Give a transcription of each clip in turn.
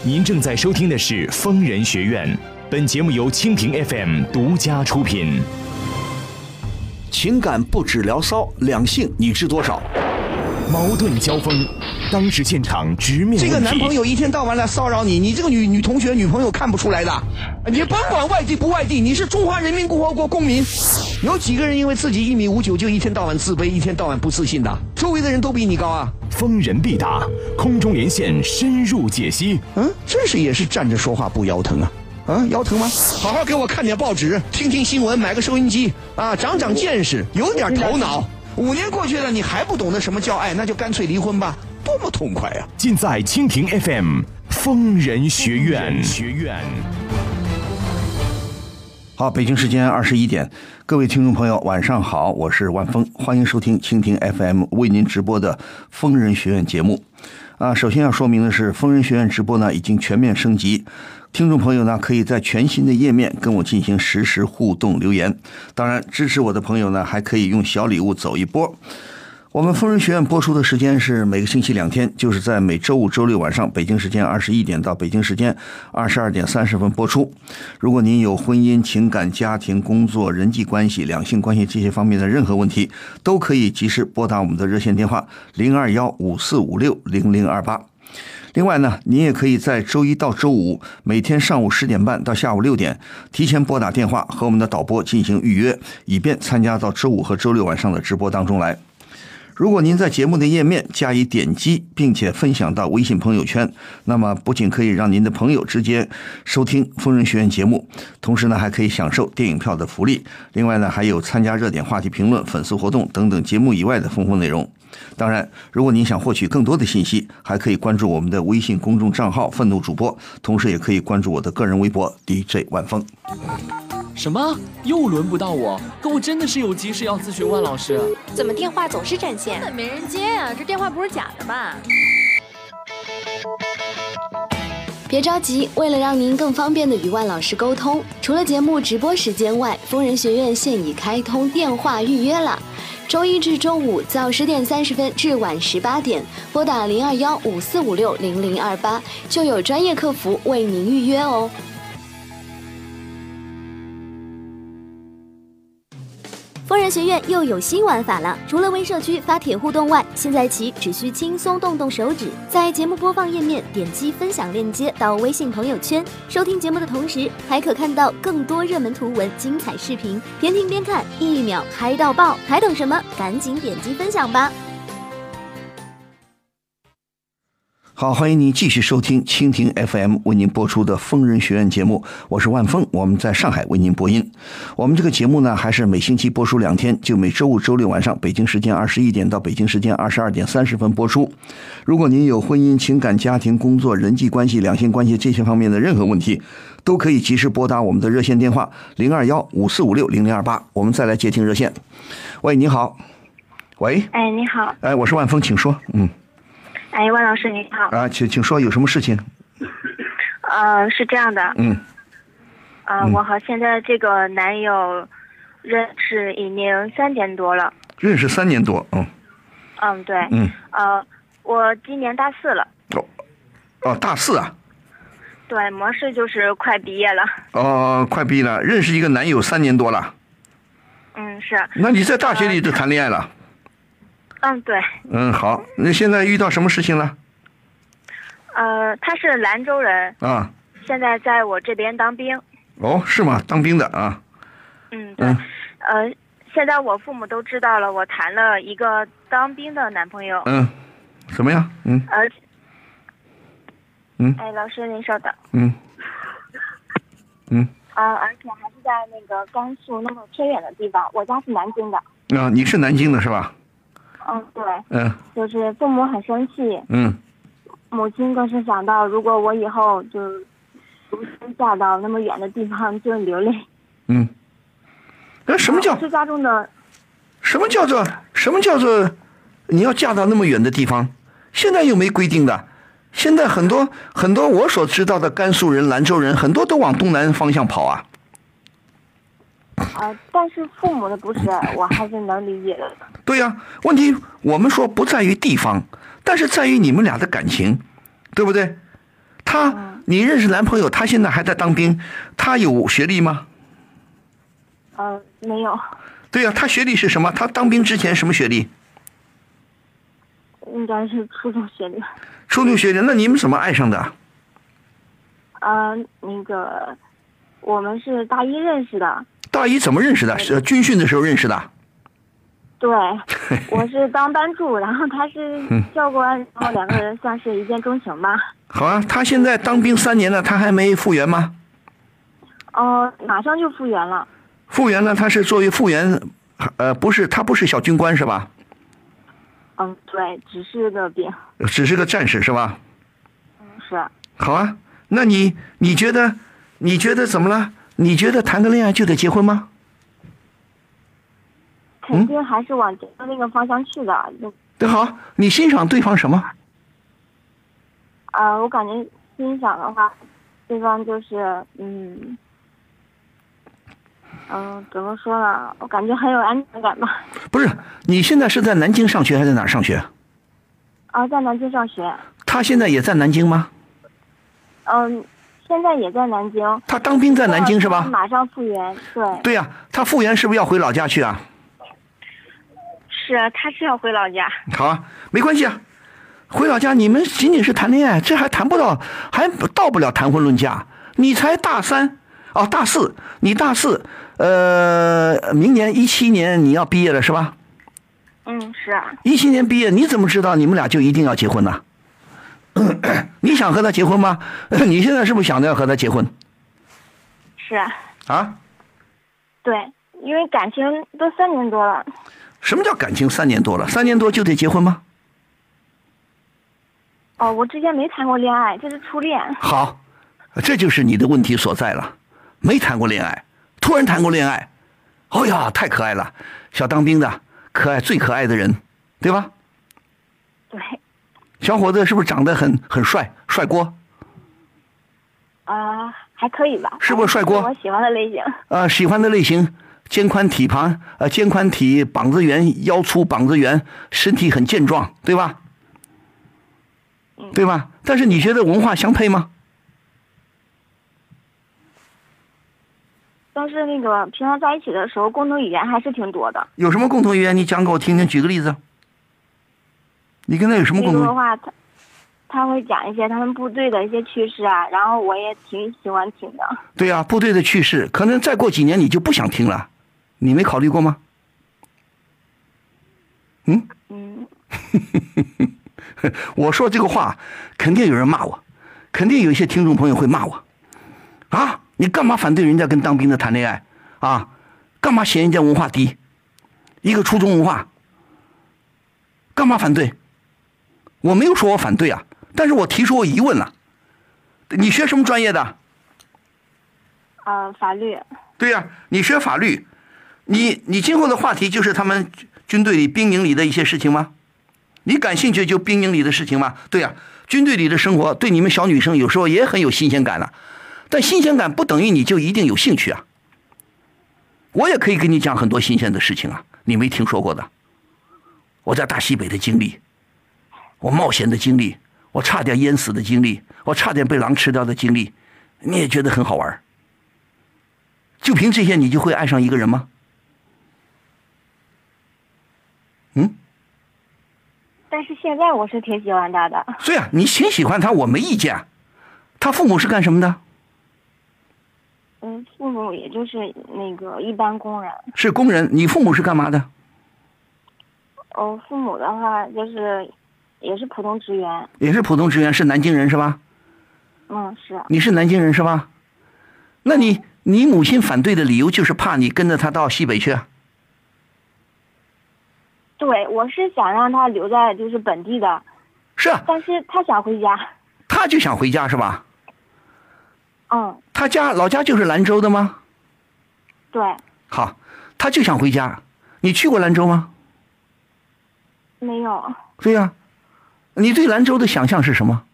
您正在收听的是疯人学院，本节目由蜻蜓 FM 独家出品。 情感不止聊骚，两性你知多少？ 矛盾交锋，当时现场直面问题。 这个男朋友一天到晚来骚扰你，你这个女同学、女朋友看不出来的。你甭管外地不外地，你是中华人民共和国公民。有几个人因为自己1.59米就一天到晚自卑，一天到晚不自信的？周围的人都比你高啊！ 疯人必答，空中连线深入解析。 真是也是站着说话不腰疼啊！腰疼吗？好好给我看点报纸，听听新闻，买个收音机啊，长长见识，有点头脑。5年过去了，你还不懂得什么叫爱，那就干脆离婚吧，多么痛快啊！ 尽在蜻蜓 FM 疯人学院。 好，北京时间21点，各位听众朋友，晚上好，我是万峰，欢迎收听蜻蜓 FM 为您直播的疯人学院节目。首先要说明的是，疯人学院直播呢已经全面升级。听众朋友呢，可以在全新的页面跟我进行实时互动留言。当然，支持我的朋友呢，还可以用小礼物走一波。我们疯人学院播出的时间是每个星期2天，就是在每周5、周6晚上，北京时间21点到北京时间22点30分播出。如果您有婚姻、情感、家庭、工作、人际关系、两性关系这些方面的任何问题，都可以及时拨打我们的热线电话021-5456-0028。另外呢，您也可以在周一到周五每天上午10点半到下午6点提前拨打电话和我们的导播进行预约，以便参加到周5和周6晚上的直播当中来。如果您在节目的页面加以点击，并且分享到微信朋友圈，那么不仅可以让您的朋友直接收听疯人学院节目，同时呢还可以享受电影票的福利。另外呢还有参加热点话题评论、粉丝活动等等节目以外的丰富内容。当然，如果您想获取更多的信息，还可以关注我们的微信公众账号愤怒主播，同时也可以关注我的个人微博 DJ 万峰。 什么？又轮不到我？可我真的是有急事要咨询万老师。 怎么电话总是占线？ 根本没人接啊！这电话不是假的吧？ 别着急，为了让您更方便的与万老师沟通，除了节目直播时间外，疯人学院现已开通电话预约了。周一至周五早10点30分至晚18点，拨打021-5456-0028，就有专业客服为您预约哦。疯人学院又有新玩法了，除了为社区发帖互动外，现在起只需轻松动动手指，在节目播放页面点击分享链接到微信朋友圈，收听节目的同时，还可看到更多热门图文、精彩视频，边听边看，1秒嗨到爆，还等什么？赶紧点击分享吧！ 好，欢迎您继续收听蜻蜓 FM 为您播出的疯人学院节目，我是万峰，我们在上海为您播音。我们这个节目呢，还是每星期播出2天，就每周5、周6晚上，北京时间21点到北京时间22点30分播出。如果您有婚姻、情感、家庭、工作、人际关系、两性关系这些方面的任何问题，都可以及时拨打我们的热线电话021-5456-0028。我们再来接听热线。喂，你好。喂。 哎，你好。 哎，我是万峰，请说。 哎，万老师你好。 请说，有什么事情？ 是这样的。我和现在这个男友认识已经3年多了。 认识3年多， 对。我今年大4了。 大4啊？ 对，模试就是快毕业了。 快毕业了，认识一个男友3年多了。 是。 那你在大学里就谈恋爱了？ 对。 好，那现在遇到什么事情了？ 他是兰州人啊， 现在在我这边当兵。 是吗？当兵的啊？ 对。现在我父母都知道了，我谈了一个当兵的男朋友。 什么呀？ 哎，老师您稍等。而且还是在那个甘肃那么偏远的地方，我家是南京的。 你是南京的是吧？ 对。就是父母很生气。母亲更是想到，如果我以后就独身嫁到那么远的地方，就流泪。 什么叫最家中的？ 什么叫做你要嫁到那么远的地方？现在又没规定的。现在很多我所知道的甘肃人、兰州人，很多都往东南方向跑啊。 但是父母的不是，我还是能理解的。 对呀，问题我们说不在于地方，但是在于你们俩的感情，对不对？ 你认识男朋友，他现在还在当兵，他有学历吗？ 没有。 对呀，他学历是什么？他当兵之前什么学历？ 应该是初中学历。 初中学历，那你们怎么爱上的？ 我们是大一认识的。 大一怎么认识的？是军训的时候认识的。 对，我是当班助，然后他是教官，然后两个人算是一见钟情吧。 好啊，他现在当兵3年了，他还没复员吗？ 马上就复员了。 复员了，他是作为复员，不是，他不是小军官是吧？ 对，只是个兵。 只是个战士是吧？ 是。 好啊，那你觉得怎么了？你觉得谈个恋爱就得结婚吗？ 肯定还是往那个方向去的。 对，好，你欣赏对方什么？ 我感觉欣赏的话，对方就是怎么说呢？我感觉很有安全感吧。 不是，你现在是在南京上学还是在哪儿上学？ 在南京上学。 他现在也在南京吗？ 现在也在南京。 他当兵在南京是吧？ 马上复员，对。 对呀，他复员是不是要回老家去啊？ 是，他是要回老家。 好啊，没关系啊，回老家你们仅仅是谈恋爱，这还谈不到，还到不了谈婚论嫁。你才大3，大4，你大4，明年17年你要毕业了是吧？ 是啊。 17年毕业，你怎么知道你们俩就一定要结婚呢？你想和他结婚吗？你现在是不是想着要和他结婚？ 是啊。 啊？ 对，因为感情都3年多了。 什么叫感情3年多了？3年多就得结婚吗？ 我之前没谈过恋爱，这是初恋。 好，这就是你的问题所在了，没谈过恋爱，突然谈过恋爱，哎呀，太可爱了，小当兵的，可爱，最可爱的人，对吧？ 对。 小伙子是不是长得很帅，帅锅？ 还可以吧。 是不是帅锅？ 我喜欢的类型。 喜欢的类型，肩宽体盘，肩宽体，膀子圆，腰粗，膀子圆，身体很健壮，对吧？对吧？但是你觉得文化相配吗？ 但是那个平常在一起的时候，共同语言还是挺多的。 有什么共同语言？你讲给我听听，举个例子。你跟他有什么共同？ 的话，他会讲一些他们部队的一些趣事啊，然后我也挺喜欢听的。 对啊，部队的趣事，可能再过几年你就不想听了，你没考虑过吗？我说这个话，肯定有人骂我，肯定有一些听众朋友会骂我。你干嘛反对人家跟当兵的谈恋爱啊？干嘛嫌人家文化低？一个初中文化，干嘛反对？我没有说我反对啊，但是我提出我疑问了。你学什么专业的？ 法律。 对呀，你学法律，你今后的话题就是他们军队里兵营里的一些事情吗？你感兴趣就兵营里的事情吗？对呀，军队里的生活对你们小女生有时候也很有新鲜感了，但新鲜感不等于你就一定有兴趣啊。我也可以跟你讲很多新鲜的事情啊，你没听说过的。我在大西北的经历，我冒险的经历，我差点淹死的经历，我差点被狼吃掉的经历，你也觉得很好玩。就凭这些你就会爱上一个人吗？ 但是现在我是挺喜欢他的。 对啊，你挺喜欢他，我没意见。他父母是干什么的？ 父母也就是那个一般工人。 是工人，你父母是干嘛的？ 父母的话就是也是普通职员。 也是普通职员，是南京人是吧？ 是。 你是南京人是吧？那你母亲反对的理由就是怕你跟着他到西北去啊？ 对，我是想让他留在就是本地的。 是啊。 但是他想回家。 他就想回家是吧？ 他老家就是兰州的吗？ 对。 好，他就想回家。你去过兰州吗？ 没有。 对呀，你对兰州的想象是什么？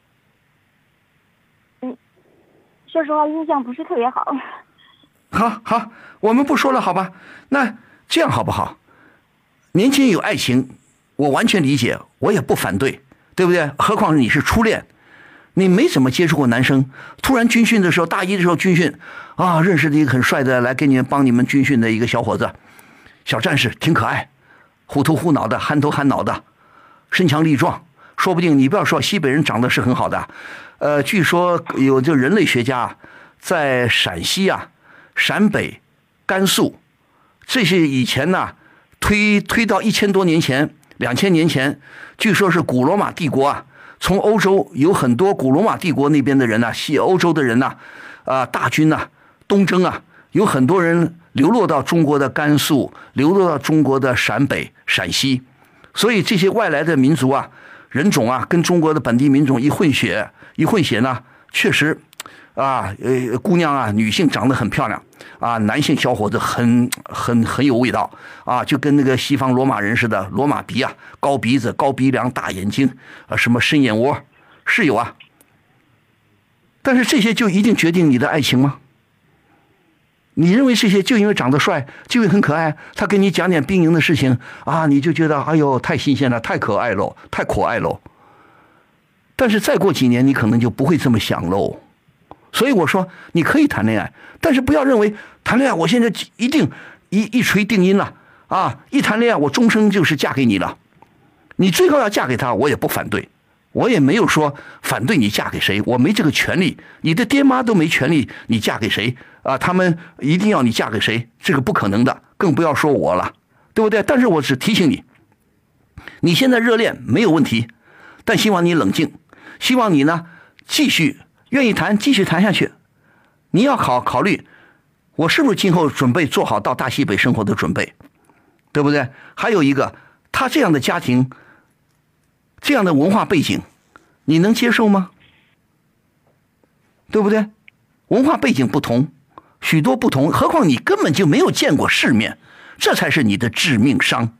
说实话，印象不是特别好。 好，我们不说了，好吧？那这样好不好？年轻有爱情，我完全理解，我也不反对，对不对？何况你是初恋， 你没怎么接触过男生，突然军训的时候，大一的时候军训啊，认识了一个很帅的来给你们帮你们军训的一个小伙子，小战士，挺可爱，虎头虎脑的，憨头憨脑的，身强力壮，说不定你不要说西北人长得是很好的，据说有这人类学家在陕西啊、陕北、甘肃这些以前呢，推到1000多年前、2000年前，据说是古罗马帝国啊。从欧洲有很多古罗马帝国那边的人呐，西欧洲的人呐，大军呐，东征啊，有很多人流落到中国的甘肃，流落到中国的陕北、陕西，所以这些外来的民族啊、人种啊，跟中国的本地民种一混血呢，确实，姑娘啊，女性长得很漂亮啊，男性小伙子很有味道啊，就跟那个西方罗马人似的，罗马鼻啊，高鼻子、高鼻梁、大眼睛啊，什么深眼窝，是有啊。但是这些就一定决定你的爱情吗？你认为这些就因为长得帅，就因为很可爱，他跟你讲点兵营的事情啊，你就觉得哎呦太新鲜了，太可爱了，太可爱了。但是再过几年，你可能就不会这么想喽。所以我说，你可以谈恋爱，但是不要认为谈恋爱我现在一定一锤定音了啊！一谈恋爱我终生就是嫁给你了。你最后要嫁给他，我也不反对，我也没有说反对你嫁给谁，我没这个权利，你的爹妈都没权利，你嫁给谁啊？他们一定要你嫁给谁，这个不可能的，更不要说我了，对不对？但是我只提醒你，你现在热恋没有问题，但希望你冷静，希望你呢继续。愿意谈，继续谈下去。你要考虑，我是不是今后准备做好到大西北生活的准备，对不对？还有一个，他这样的家庭，这样的文化背景，你能接受吗？对不对？文化背景不同，许多不同，何况你根本就没有见过世面，这才是你的致命伤。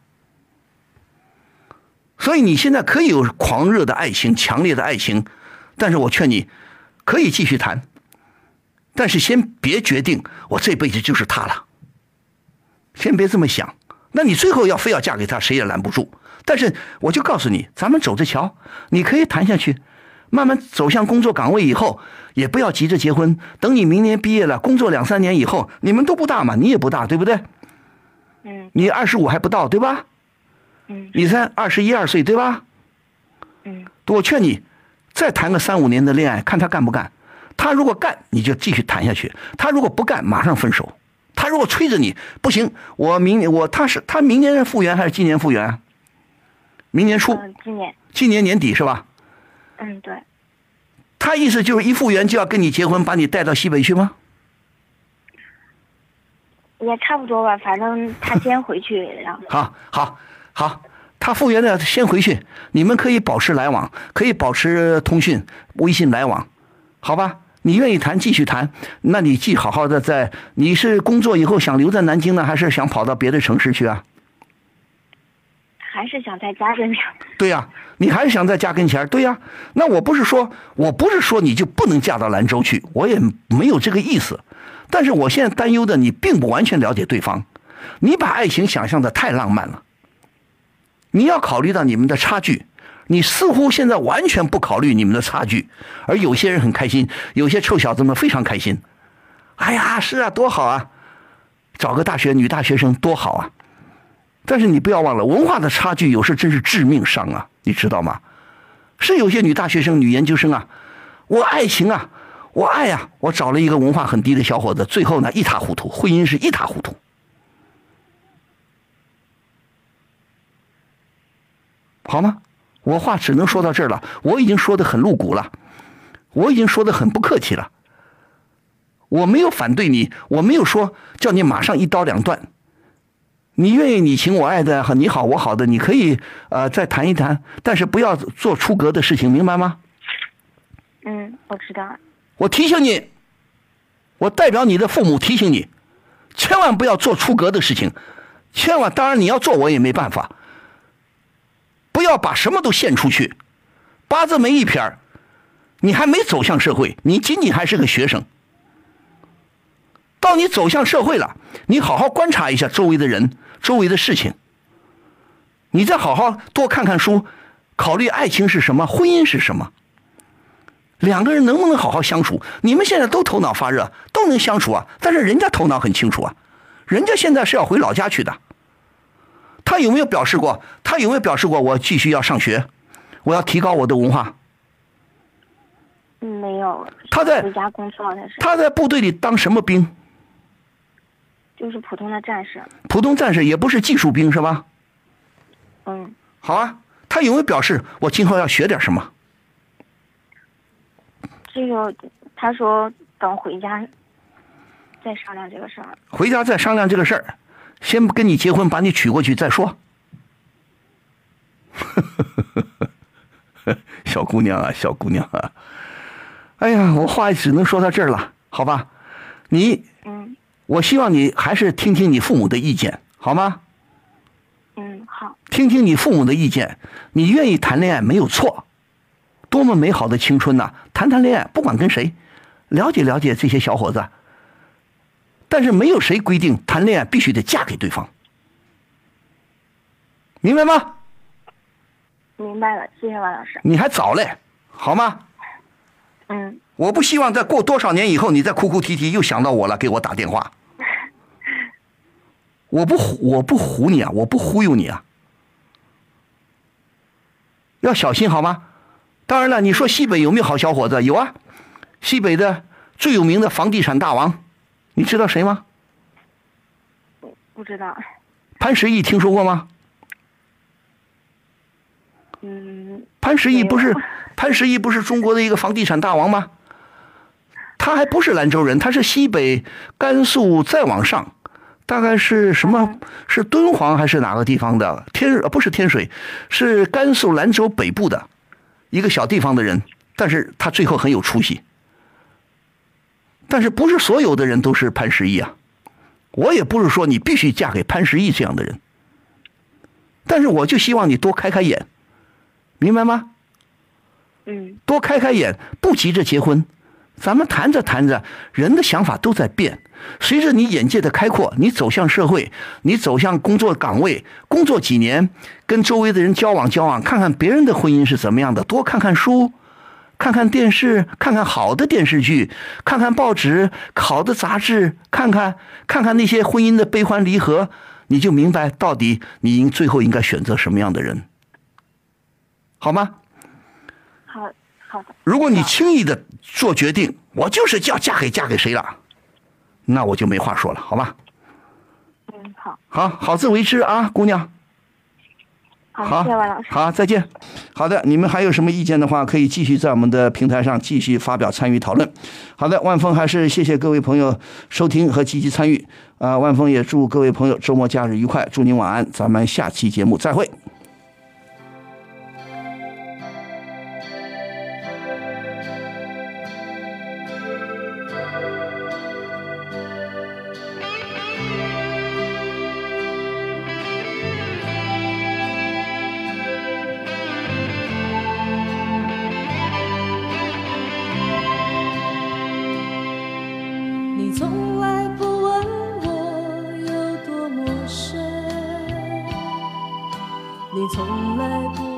所以你现在可以有狂热的爱情、强烈的爱情，但是我劝你。可以继续谈，但是先别决定我这辈子就是他了，先别这么想。那你最后非要嫁给他，谁也拦不住。但是我就告诉你，咱们走着瞧，你可以谈下去，慢慢走向工作岗位以后，也不要急着结婚。等你明年毕业了，工作2-3年以后，你们都不大嘛，你也不大，对不对？你25还不到，对吧？你才21、22岁，对吧？我劝你。再谈个3-5年的恋爱，看他干不干。他如果干，你就继续谈下去；他如果不干，马上分手。他如果催着你，不行，他明年复原还是今年复原？明年初，今年年底是吧？ 对。 他意思就是一复原就要跟你结婚，把你带到西北去吗？ 也差不多吧，反正他先回去，然后。 好。他复原的先回去，你们可以保持来往，可以保持通讯、微信来往，好吧？你愿意谈继续谈，那你既好好的你是工作以后想留在南京呢，还是想跑到别的城市去啊？ 还是想在家跟前。 对呀，你还是想在家跟前，对呀。那我不是说你就不能嫁到兰州去，我也没有这个意思。但是我现在担忧的，你并不完全了解对方，你把爱情想象的太浪漫了。你要考虑到你们的差距，你似乎现在完全不考虑你们的差距，而有些人很开心，有些臭小子们非常开心。哎呀，是啊，多好啊，找个女大学生多好啊。但是你不要忘了，文化的差距有时真是致命伤啊，你知道吗？是有些女大学生、女研究生啊，我爱情啊，我爱啊，我找了一个文化很低的小伙子，最后呢一塌糊涂，婚姻是一塌糊涂。好吗？我话只能说到这儿了，我已经说得很露骨了，我已经说得很不客气了。我没有反对你，我没有说叫你马上一刀两断。你愿意你情我爱的，你好我好的，你可以再谈一谈，但是不要做出格的事情，明白吗？ 我知道。 我提醒你，我代表你的父母提醒你，千万不要做出格的事情，千万，当然你要做我也没办法。不要把什么都献出去，八字没一撇，你还没走向社会，你仅仅还是个学生。到你走向社会了，你好好观察一下周围的人、周围的事情，你再好好多看看书，考虑爱情是什么，婚姻是什么。 两个人能不能好好相处？你们现在都头脑发热，都能相处啊，但是人家头脑很清楚啊，人家现在是要回老家去的。他有没有表示过？我继续要上学，我要提高我的文化？ 没有。 他在回家工作的是。 他在部队里当什么兵？ 就是普通的战士。 普通战士也不是技术兵是吧？ 嗯。 好啊，他有没有表示我今后要学点什么？ 这个他说等回家再商量这个事儿。 回家再商量这个事儿，先跟你结婚，把你娶过去再说。小姑娘啊，小姑娘啊！哎呀，我话只能说到这儿了，好吧？我希望你还是听听你父母的意见，好吗？ 好。 听听你父母的意见，你愿意谈恋爱没有错，多么美好的青春呐！谈谈恋爱，不管跟谁，了解了解这些小伙子。但是没有谁规定谈恋爱必须得嫁给对方，明白吗？ 明白了，谢谢王老师。 你还早嘞，好吗？我不希望再过多少年以后，你再哭哭啼啼又想到我了，给我打电话。我不唬你啊，我不忽悠你啊，要小心好吗？当然了，你说西北有没有好小伙子？有啊，西北的最有名的房地产大王，你知道谁吗？ 不知道。 潘石屹听说过吗？潘石屹不是中国的一个房地产大王吗？他还不是兰州人，他是西北甘肃再往上，大概是什么？是敦煌还是哪个地方的？不是天水，是甘肃兰州北部的一个小地方的人，但是他最后很有出息。但是不是所有的人都是潘石屹啊？我也不是说你必须嫁给潘石屹这样的人，但是我就希望你多开开眼，明白吗？多开开眼，不急着结婚，咱们谈着谈着，人的想法都在变。随着你眼界的开阔，你走向社会，你走向工作岗位，工作几年，跟周围的人交往，看看别人的婚姻是怎么样的，多看看书，看看电视，看看好的电视剧，看看报纸，好的杂志，看看那些婚姻的悲欢离合，你就明白到底你最后应该选择什么样的人，好吗？ 好的。 如果你轻易的做决定，我就是要嫁给谁了，那我就没话说了，好吧？好自为之啊，姑娘。 好，谢谢王老师。 好，再见。好的，你们还有什么意见的话，可以继续在我们的平台上继续发表参与讨论。好的，万峰还是谢谢各位朋友收听和积极参与啊，万峰也祝各位朋友周末假日愉快，祝您晚安，咱们下期节目再会。 从来不问我有多陌生，你从来不